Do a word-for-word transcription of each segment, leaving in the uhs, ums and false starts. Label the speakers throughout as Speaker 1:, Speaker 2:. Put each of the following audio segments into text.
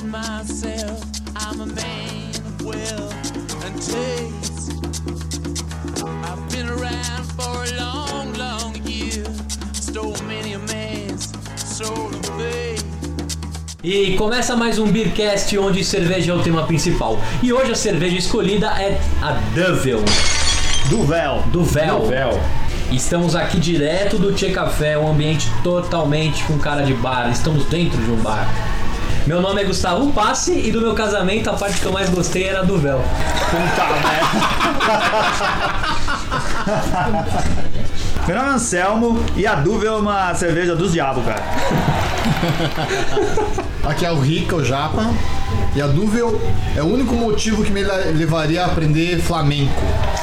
Speaker 1: myself, I'm a man of wealth and taste. I've been around for a long, long year. Stole many a man's soul and faith. E começa mais um Beercast, onde cerveja é o tema principal. E hoje a cerveja escolhida é a Duvel.
Speaker 2: Duvel.
Speaker 1: Duvel.
Speaker 2: Duvel.
Speaker 1: Estamos aqui direto do Tchê Café, um ambiente totalmente com cara de bar. Estamos dentro de um bar. Meu nome é Gustavo Passe e do meu casamento a parte que eu mais gostei era a Duvel.
Speaker 2: Puta merda. Meu nome é Anselmo e a Duvel é uma cerveja dos diabos, cara.
Speaker 3: Aqui é o Rica, o Japa. E a Duvel é o único motivo que me levaria a aprender flamenco.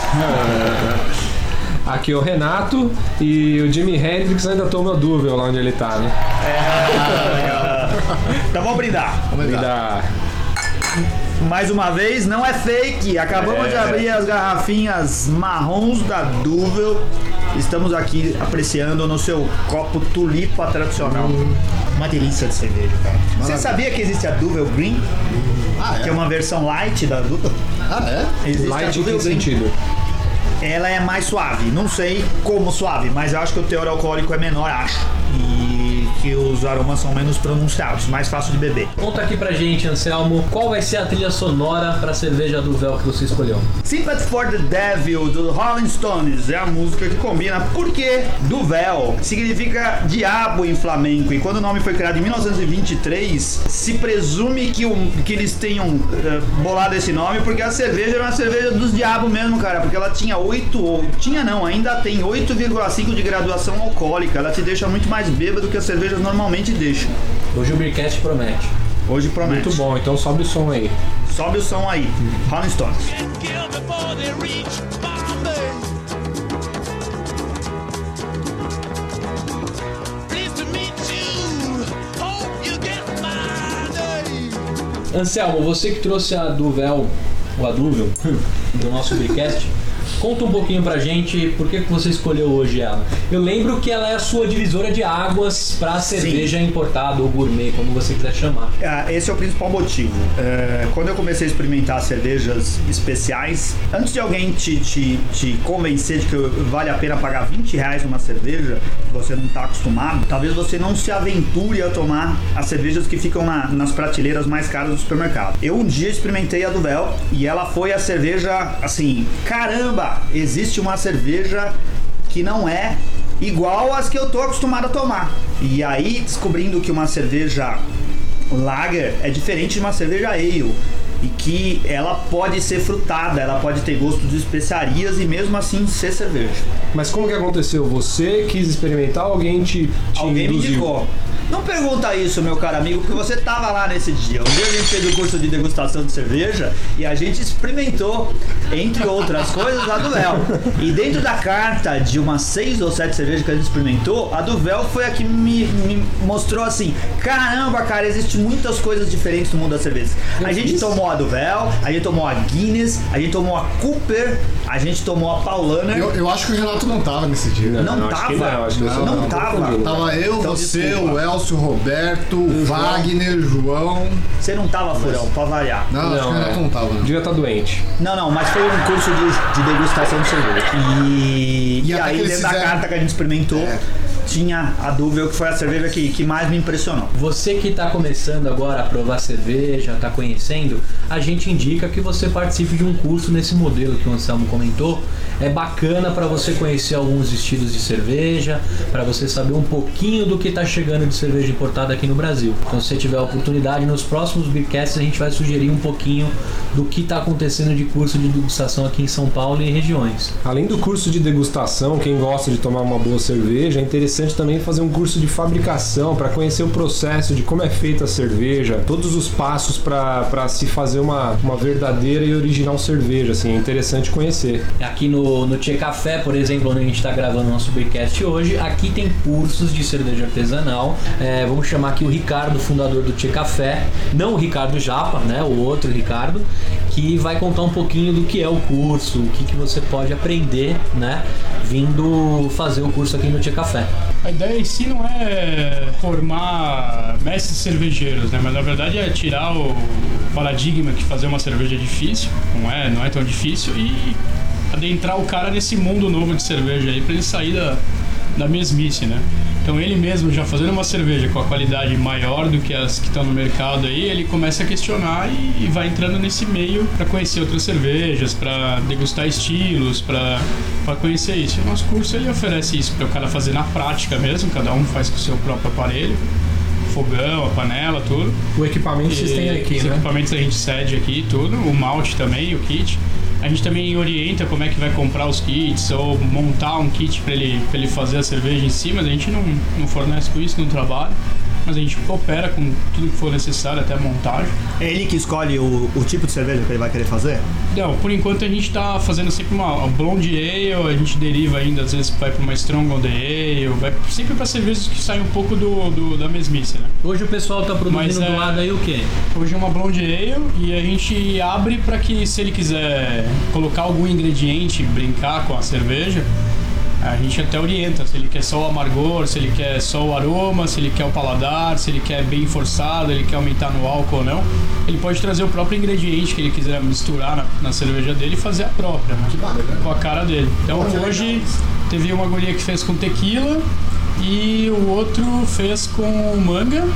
Speaker 4: Aqui é o Renato e o Jimi Hendrix ainda toma Duvel lá onde ele tá, né?
Speaker 2: É, então vamos brindar.
Speaker 3: Vamos
Speaker 4: brindar.
Speaker 2: Mais uma vez, não é fake. Acabamos é. de abrir as garrafinhas marrons da Duvel. Estamos aqui apreciando no seu copo tulipa tradicional. Hum, uma delícia de cerveja, cara. Você sabia que existe a Duvel Green? Ah, é? Que é uma versão light da Duvel.
Speaker 3: Ah, é?
Speaker 4: Existe light em que sentido?
Speaker 2: Ela é mais suave, não sei como suave, mas eu acho que o teor alcoólico é menor, acho. E que os aromas são menos pronunciados, mais fácil de beber.
Speaker 1: Conta aqui pra gente, Anselmo, qual vai ser a trilha sonora pra cerveja Duvel que você escolheu?
Speaker 2: Sympathy for the Devil, do Rolling Stones, é a música que combina, porque Duvel significa diabo em flamenco, e quando o nome foi criado em mil novecentos e vinte e três, se presume que, um, que eles tenham uh, bolado esse nome, porque a cerveja era uma cerveja dos diabos mesmo, cara, porque ela tinha oito, ou tinha não, ainda tem oito vírgula cinco de graduação alcoólica, ela te deixa muito mais bêbado do que as cervejas normalmente deixam.
Speaker 1: Hoje o Beercast promete.
Speaker 2: Hoje promete.
Speaker 4: Muito bom, então sobe o som aí.
Speaker 2: Sobe o som aí. Rolling Stones.
Speaker 1: Anselmo, você que trouxe a Duvel, ou a Duvel, do nosso Beercast, conta um pouquinho pra gente por que você escolheu hoje ela. Eu lembro que ela é a sua divisora de águas pra cerveja Sim. importada ou gourmet, como você quiser chamar.
Speaker 2: Esse é o principal motivo. É, quando eu comecei a experimentar cervejas especiais, antes de alguém te, te, te convencer de que vale a pena pagar vinte reais numa cerveja que você não está acostumado, talvez você não se aventure a tomar as cervejas que ficam na, nas prateleiras mais caras do supermercado. Eu um dia experimentei a Duvel e ela foi a cerveja assim, caramba! Existe uma cerveja que não é igual às que eu tô acostumado a tomar. E aí, descobrindo que uma cerveja lager é diferente de uma cerveja ale. E que ela pode ser frutada, ela pode ter gosto de especiarias e mesmo assim ser cerveja.
Speaker 4: Mas como que aconteceu? Você quis experimentar ou alguém te, te
Speaker 2: Alguém
Speaker 4: induziu?
Speaker 2: me indicou. Não pergunta isso, meu caro amigo, porque você tava lá nesse dia. Um dia a gente fez o curso de degustação de cerveja e a gente experimentou, entre outras coisas, a Duvel. E dentro da carta de umas seis ou sete cervejas que a gente experimentou, a Duvel foi a que me, me mostrou assim, caramba, cara, existem muitas coisas diferentes no mundo da cerveja. A gente tomou a Duvel, a gente tomou a Guinness, a gente tomou a Cooper, a gente tomou a Paulaner.
Speaker 3: Eu, eu acho que o Renato não tava nesse dia.
Speaker 2: Não, não, não tava?
Speaker 4: Acho que não, acho que
Speaker 2: não, não, não tava.
Speaker 3: Tava eu, então, você, desculpa. O Elcio, o Roberto, o Wagner, o João.
Speaker 2: Você não tava, Furão, pra variar.
Speaker 3: Não,
Speaker 4: não,
Speaker 3: acho que o Renato
Speaker 4: é.
Speaker 3: não tava. Não.
Speaker 4: Devia estar doente.
Speaker 2: Não, não, mas foi um curso de, de degustação de cerveja. E, e, e aí, dentro fizeram... da carta que a gente experimentou, é. tinha a Duvel, que foi a cerveja que, que mais me impressionou.
Speaker 1: Você que está começando agora a provar cerveja, está conhecendo, a gente indica que você participe de um curso nesse modelo que o Anselmo comentou. É bacana para você conhecer alguns estilos de cerveja, para você saber um pouquinho do que está chegando de cerveja importada aqui no Brasil. Então, se você tiver a oportunidade, nos próximos Beercasts a gente vai sugerir um pouquinho do que está acontecendo de curso de degustação aqui em São Paulo e regiões.
Speaker 4: Além do curso de degustação, quem gosta de tomar uma boa cerveja, é interessante também fazer um curso de fabricação para conhecer o processo de como é feita a cerveja, todos os passos para se fazer uma, uma verdadeira e original cerveja, assim, é interessante conhecer.
Speaker 1: Aqui no, no Tchê Café, por exemplo, onde a gente está gravando o nosso Beercast hoje, aqui tem cursos de cerveja artesanal. É, vamos chamar aqui o Ricardo, fundador do Tchê Café, não o Ricardo Japa, né, o outro Ricardo, que vai contar um pouquinho do que é o curso, o que, que você pode aprender, né? vindo fazer o curso aqui no Tchê Café.
Speaker 5: A ideia em si não é formar mestres cervejeiros, né? Mas na verdade é tirar o paradigma que fazer uma cerveja é difícil, não é, não é tão difícil, e adentrar o cara nesse mundo novo de cerveja aí, pra ele sair da, da mesmice, né? Então ele mesmo já fazendo uma cerveja com a qualidade maior do que as que estão no mercado aí, ele começa a questionar e, e vai entrando nesse meio para conhecer outras cervejas, para degustar estilos, para para conhecer isso. E o nosso curso ele oferece isso para o cara fazer na prática mesmo, cada um faz com o seu próprio aparelho, fogão, a panela, tudo.
Speaker 4: O equipamento
Speaker 5: E
Speaker 4: vocês têm aqui,
Speaker 5: os
Speaker 4: né?
Speaker 5: equipamentos a gente cede aqui, tudo, o malte também, o kit. A gente também orienta como é que vai comprar os kits ou montar um kit para ele, pra ele fazer a cerveja em si, mas a gente não, não fornece com isso no trabalho, mas a gente coopera com tudo que for necessário, até a montagem.
Speaker 2: É ele que escolhe o, o tipo de cerveja que ele vai querer fazer?
Speaker 5: Não, por enquanto a gente está fazendo sempre uma, uma blonde ale, a gente deriva ainda, às vezes vai para uma strong ale, vai sempre para cervejas que saem um pouco do, do, da mesmice, né?
Speaker 1: Hoje o pessoal tá produzindo
Speaker 5: Mas,
Speaker 1: do
Speaker 5: é,
Speaker 1: lado aí o quê?
Speaker 5: Hoje é uma blonde ale e a gente abre para que, se ele quiser colocar algum ingrediente, brincar com a cerveja, a gente até orienta, se ele quer só o amargor, se ele quer só o aroma, se ele quer o paladar, se ele quer bem forçado, ele quer aumentar no álcool ou não. Ele pode trazer o próprio ingrediente que ele quiser misturar na, na cerveja dele e fazer a própria, né?
Speaker 3: Que bacana.
Speaker 5: Com a cara dele. Então
Speaker 3: Pô, que
Speaker 5: hoje
Speaker 3: legal.
Speaker 5: teve uma guria que fez com tequila e o outro fez com manga.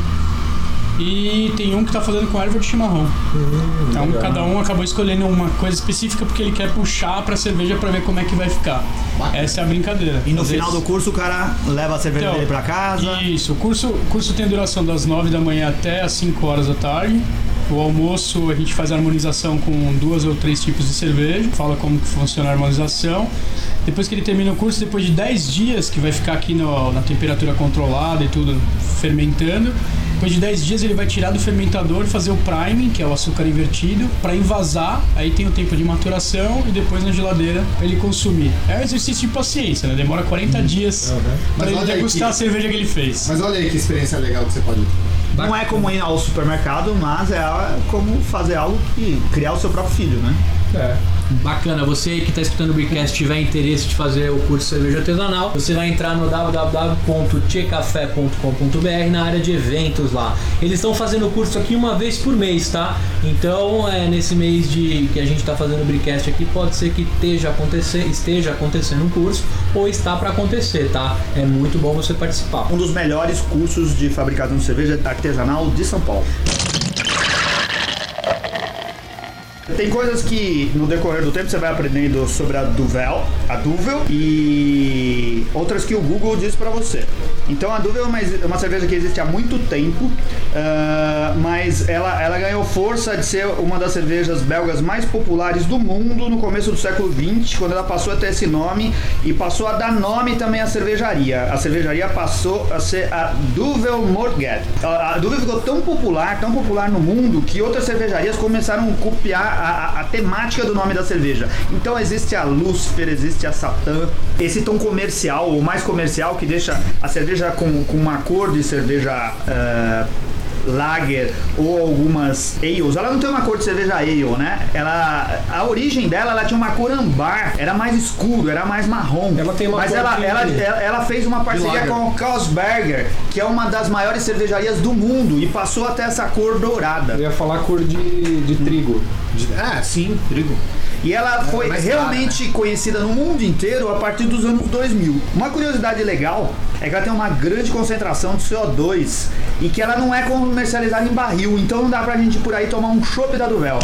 Speaker 5: E tem um que tá fazendo com erva de chimarrão.
Speaker 4: Hum,
Speaker 5: então
Speaker 4: legal.
Speaker 5: cada um acabou escolhendo uma coisa específica porque ele quer puxar pra cerveja pra ver como é que vai ficar.
Speaker 3: Bacana.
Speaker 5: Essa é a brincadeira.
Speaker 2: E no
Speaker 5: Às
Speaker 2: final
Speaker 5: vezes-
Speaker 2: do curso o cara leva a cerveja
Speaker 5: Então,
Speaker 2: dele pra casa.
Speaker 5: Isso, o curso, o curso tem duração das nove da manhã até as cinco horas da tarde. O almoço a gente faz a harmonização com duas ou três tipos de cerveja, fala como que funciona a harmonização. Depois que ele termina o curso, depois de dez dias, que vai ficar aqui no, na temperatura controlada e tudo fermentando, depois de dez dias ele vai tirar do fermentador, fazer o priming, que é o açúcar invertido, para envasar, aí tem o tempo de maturação e depois na geladeira para ele consumir. É um exercício de paciência, né? Demora quarenta dias
Speaker 3: Mas
Speaker 5: para ele
Speaker 3: olha aí
Speaker 5: degustar
Speaker 3: que-
Speaker 5: a cerveja que ele fez.
Speaker 3: Mas olha aí que experiência legal que você pode.
Speaker 2: Não é como ir ao supermercado, mas é como fazer algo que criar o seu próprio filho, né?
Speaker 4: É.
Speaker 1: Bacana, você que está escutando o Bricast tiver interesse de fazer o curso de cerveja artesanal, você vai entrar no w w w ponto tchê café ponto com ponto b r na área de eventos lá. Eles estão fazendo o curso aqui uma vez por mês, tá? Então, é, nesse mês de que a gente está fazendo o Bricast aqui, pode ser que esteja, acontecer, esteja acontecendo um curso ou está para acontecer, tá? É muito bom você participar.
Speaker 2: Um dos melhores cursos de fabricação de cerveja artesanal de São Paulo. Tem coisas que no decorrer do tempo você vai aprendendo sobre a Duvel, a Duvel, e outras que o Google diz pra você. Então a Duvel é uma, uma cerveja que existe há muito tempo, uh, mas ela, ela ganhou força de ser uma das cervejas belgas mais populares do mundo no começo do século vinte, quando ela passou a ter esse nome e passou a dar nome também à cervejaria. A cervejaria passou a ser a Duvel Morget. A, a Duvel ficou tão popular, tão popular no mundo, que outras cervejarias começaram a copiar A, a, a temática do nome da cerveja. Então existe a Lucifer, existe a Satã. Esse tom comercial, o mais comercial, que deixa a cerveja com, com uma cor de cerveja uh, lager ou algumas ales. Ela não tem uma cor de cerveja ale, né? Ela, a origem dela, ela tinha uma cor ambar, era mais escuro, era mais marrom.
Speaker 4: Ela tem uma
Speaker 2: Mas
Speaker 4: cor
Speaker 2: ela,
Speaker 4: de-
Speaker 2: ela, ela, ela fez uma parceria
Speaker 3: lager.
Speaker 2: com o Carlsberger, que é uma das maiores cervejarias do mundo, e passou até essa cor dourada.
Speaker 4: Eu ia falar cor de, de trigo.
Speaker 3: Ah, sim, trigo.
Speaker 2: E ela foi
Speaker 3: mais
Speaker 2: realmente conhecida no mundo inteiro a partir dos anos dois mil. Uma curiosidade legal é que ela tem uma grande concentração de C O dois e que ela não é comercializada em barril, então não dá pra gente ir por aí tomar um chopp da Duvel.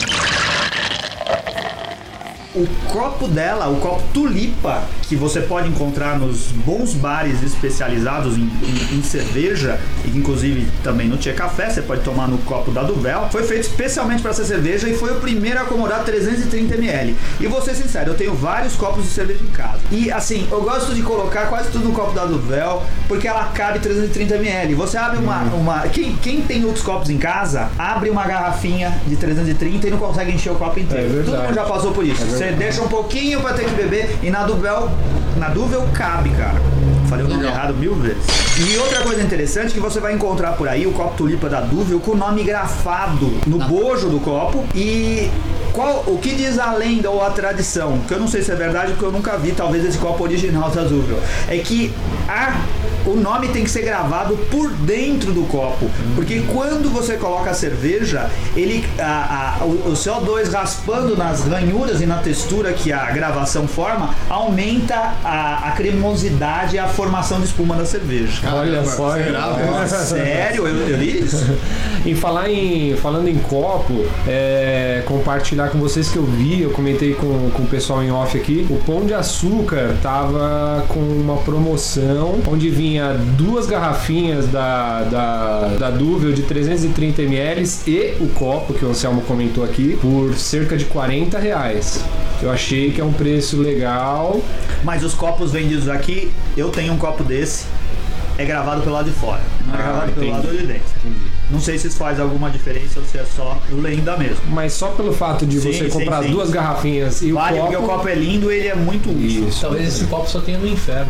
Speaker 2: O copo dela, o copo tulipa, que você pode encontrar nos bons bares especializados em, em, em cerveja, e inclusive também no Tchê Café, você pode tomar no copo da Duvel, foi feito especialmente para essa cerveja e foi o primeiro a acomodar trezentos e trinta mililitros. E vou ser sincero, eu tenho vários copos de cerveja em casa. E assim, eu gosto de colocar quase tudo no copo da Duvel, porque ela cabe trezentos e trinta mililitros. Você abre uma... uma quem, quem tem outros copos em casa, abre uma garrafinha de trezentos e trinta e não consegue encher o copo inteiro.
Speaker 4: É verdade.
Speaker 2: Todo mundo já passou por isso. Você deixa um pouquinho pra ter que beber e na Duvel, na Duvel cabe, cara. Falei o nome
Speaker 3: Legal.
Speaker 2: errado mil vezes. E outra coisa interessante que você vai encontrar por aí, o copo tulipa da Duvel com o nome grafado no bojo do copo e qual, o que diz a lenda ou a tradição, que eu não sei se é verdade, porque eu nunca vi, talvez esse copo original da Duvel, é que a, o nome tem que ser gravado por dentro do copo, porque quando você coloca a cerveja, ele, a, a, o, o C O dois raspando nas ranhuras e na textura que a gravação forma, aumenta a, a cremosidade e a formação de espuma da cerveja.
Speaker 4: Olha só,
Speaker 2: sério? Eu, eu li isso?
Speaker 4: E falar em, falando em copo, é, compartilhar com vocês que eu vi, eu comentei com, com o pessoal em off aqui, o Pão de Açúcar tava com uma promoção onde vinha duas garrafinhas da, da, da Duvel de trezentos e trinta mililitros e o copo, que o Anselmo comentou aqui, por cerca de quarenta reais. Eu achei que é um preço legal.
Speaker 2: Mas os copos vendidos aqui, eu tenho um copo desse, é gravado pelo lado de fora, não é
Speaker 4: Ah,
Speaker 2: gravado
Speaker 4: entendi.
Speaker 2: pelo lado de dentro.
Speaker 4: Entendi.
Speaker 2: Não sei se isso faz alguma diferença ou se é só lenda mesmo.
Speaker 4: Mas só pelo fato de
Speaker 2: Sim,
Speaker 4: você
Speaker 2: sim,
Speaker 4: comprar
Speaker 2: sim.
Speaker 4: duas garrafinhas e
Speaker 2: Vale,
Speaker 4: o copo...
Speaker 2: porque o copo é lindo, ele é muito útil.
Speaker 4: Isso.
Speaker 1: Talvez esse copo só tenha no inferno.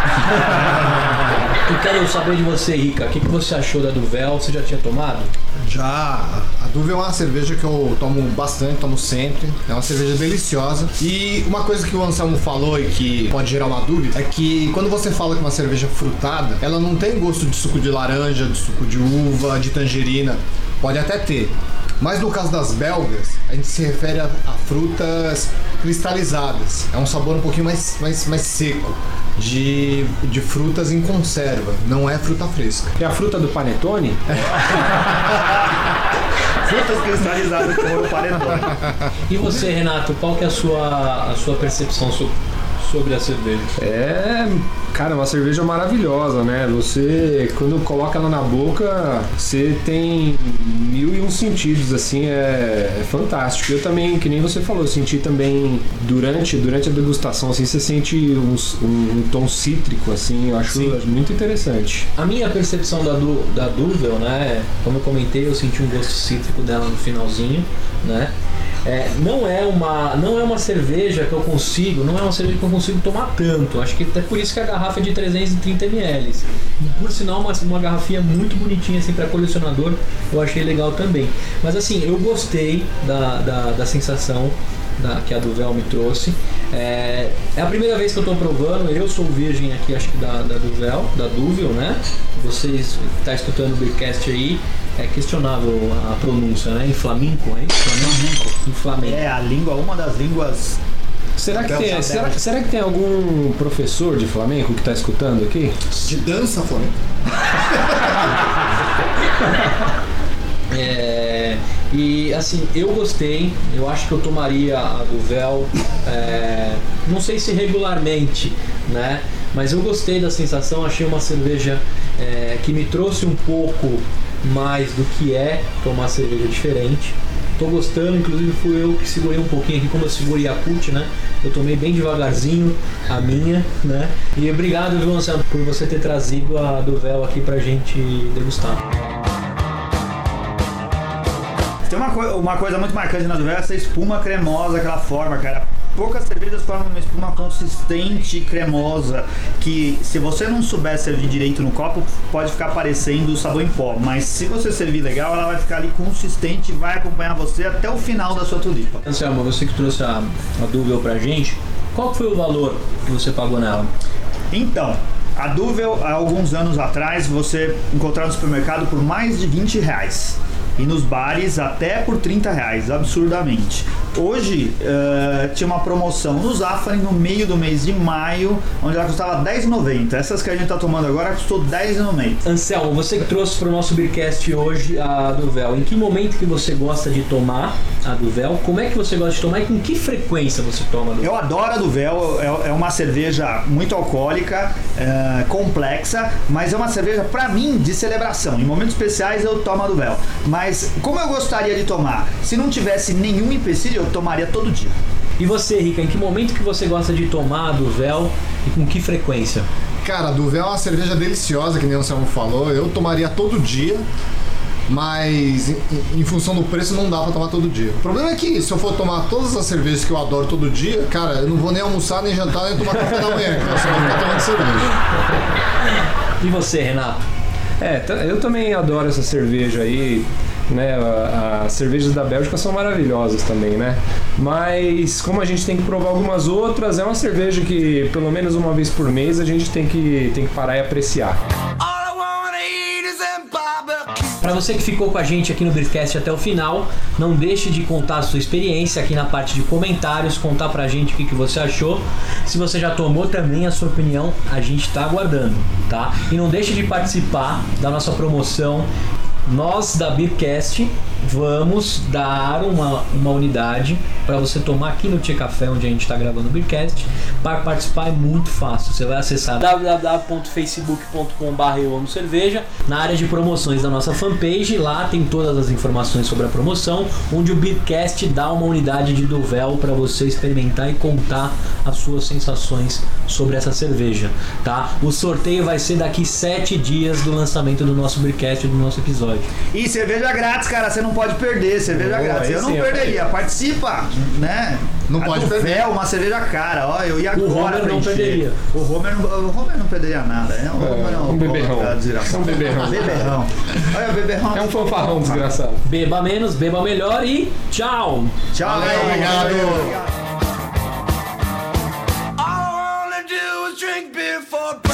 Speaker 1: Eu quero saber de você, Rica, o que, que você achou da Duvel? Você já tinha tomado?
Speaker 3: Já, a Duvel é uma cerveja que eu tomo bastante, tomo sempre. É uma cerveja deliciosa. E uma coisa que o Anselmo falou e que pode gerar uma dúvida é que quando você fala que uma cerveja frutada, ela não tem gosto de suco de laranja, de suco de uva, de tangerina. Pode até ter. Mas no caso das belgas, a gente se refere a, a frutas cristalizadas. É um sabor um pouquinho mais, mais, mais seco. De, de frutas em conserva, não é fruta fresca.
Speaker 4: É a fruta do panetone?
Speaker 2: Frutas cristalizadas como o panetone.
Speaker 1: E você, Renato, qual que é a sua, a sua percepção so- sobre a cerveja?
Speaker 4: É, cara, uma cerveja maravilhosa, né? Você, quando coloca ela na boca, você tem mil e um sentidos, assim, é, é fantástico. Eu também, que nem você falou, eu senti também durante, durante a degustação, assim, você sente uns- um, um tom cítrico, assim, eu acho
Speaker 1: Sim.
Speaker 4: muito interessante.
Speaker 1: A minha percepção da, du, da Duvel, né? Como eu comentei, eu senti um gosto cítrico dela no finalzinho, né? É, não, é uma, não é uma cerveja que eu consigo, não é uma cerveja que eu consigo tomar tanto. Acho que até por isso que a garrafa é de trezentos e trinta mililitros. E por sinal, uma, uma garrafinha muito bonitinha assim, para colecionador, eu achei legal também. Mas assim, eu gostei da, da, da sensação da, que a Duvel me trouxe. É, é a primeira vez que eu estou provando, eu sou virgem aqui, acho que da, da Duvel, da Duvel, né? Vocês que estão escutando o Beercast aí, é questionável a pronúncia, né? Em flamenco, hein? Flamenco. Em flamenco.
Speaker 2: É a língua, uma das línguas.
Speaker 4: Será que,
Speaker 2: Belga,
Speaker 4: tem, será,
Speaker 2: Belga.
Speaker 4: será que tem algum professor de flamenco que está escutando aqui?
Speaker 3: De dança, Flamengo.
Speaker 1: É, e assim, eu gostei, eu acho que eu tomaria a Duvel, é, não sei se regularmente, né? Mas eu gostei da sensação, achei uma cerveja é, que me trouxe um pouco mais do que é tomar cerveja diferente. Tô gostando, inclusive fui eu que segurei um pouquinho aqui, como eu segurei a Cult, né? Eu tomei bem devagarzinho a minha, né? E obrigado, viu, Anselmo, por você ter trazido a Duvel aqui pra gente degustar.
Speaker 2: Tem uma, coi- uma coisa muito marcante na Duvel, essa espuma cremosa, aquela forma, cara. Poucas cervejas formam uma espuma consistente e cremosa, que se você não souber servir direito no copo, pode ficar parecendo sabor em pó. Mas se você servir legal, ela vai ficar ali consistente e vai acompanhar você até o final da sua tulipa.
Speaker 1: Anselmo, você que trouxe a, a Duvel pra gente, qual que foi o valor que você pagou nela?
Speaker 2: Então, a Duvel, há alguns anos atrás, você encontrava no supermercado por mais de vinte reais. E nos bares até por trinta reais, absurdamente. Hoje, uh, tinha uma promoção no Zafari no meio do mês de maio, onde ela custava dez reais e noventa centavos. Essas que a gente tá tomando agora custou dez reais e noventa centavos.
Speaker 1: Anselmo, você que trouxe para o nosso Beercast hoje a Duvel, em que momento que você gosta de tomar a Duvel? Como é que você gosta de tomar e com que frequência você toma a Duvel?
Speaker 2: Eu adoro a Duvel, é, é uma cerveja muito alcoólica, é, complexa, mas é uma cerveja, pra mim, de celebração. Em momentos especiais eu tomo a Duvel. Mas como eu gostaria de tomar? Se não tivesse nenhum empecilho, eu tomaria todo dia.
Speaker 1: E você, Rica, em que momento que você gosta de tomar a Duvel e com que frequência?
Speaker 3: Cara, a Duvel é uma cerveja deliciosa, que nem o Anselmo falou. Eu tomaria todo dia, mas em, em função do preço não dá pra tomar todo dia. O problema é que se eu for tomar todas as cervejas que eu adoro todo dia, cara, eu não vou nem almoçar, nem jantar, nem tomar café da manhã, que eu só vou ficar tomando cerveja.
Speaker 1: E você, Renato?
Speaker 4: É, t- eu também adoro essa cerveja aí. né? As cervejas da Bélgica são maravilhosas também, né? Mas como a gente tem que provar algumas outras, é uma cerveja que pelo menos uma vez por mês a gente tem que, tem que parar e apreciar.
Speaker 1: Para você que ficou com a gente aqui no Beercast até o final, não deixe de contar a sua experiência aqui na parte de comentários, contar pra gente o que, que você achou. Se você já tomou também a sua opinião, a gente tá aguardando, tá? E não deixe de participar da nossa promoção. Nós da Beercast vamos dar uma, uma unidade para você tomar aqui no Tia Café, onde a gente está gravando o Beercast. Para participar é muito fácil. Você vai acessar w w w ponto facebook ponto com barra eu amo cerveja. Na área de promoções da nossa fanpage, lá tem todas as informações sobre a promoção, onde o Beercast dá uma unidade de Duvel para você experimentar e contar as suas sensações sobre essa cerveja, tá? O sorteio vai ser daqui sete dias do lançamento do nosso Beercast, do nosso episódio.
Speaker 2: E cerveja grátis, cara, você não pode perder, cerveja
Speaker 4: Oh,
Speaker 2: grátis. Eu não
Speaker 4: sim,
Speaker 2: perderia, participa, né?
Speaker 3: Não
Speaker 2: A
Speaker 3: pode
Speaker 2: Duvel,
Speaker 3: perder.
Speaker 2: uma cerveja cara, ó, eu ia
Speaker 1: O
Speaker 2: agora
Speaker 1: Homer não
Speaker 2: preencher.
Speaker 1: perderia.
Speaker 2: O Homer, não, o Homer não perderia nada, né? O Homer é
Speaker 4: um beberrão.
Speaker 2: desgraçado.
Speaker 4: É um beberrão.
Speaker 2: Beberrão. Olha, beberrão.
Speaker 4: É um fanfarrão desgraçado.
Speaker 1: Beba menos, beba melhor e tchau!
Speaker 2: Tchau,
Speaker 3: Valeu,
Speaker 2: galera.
Speaker 3: obrigado.
Speaker 2: Obrigado.
Speaker 6: All I wanna do is drink beer for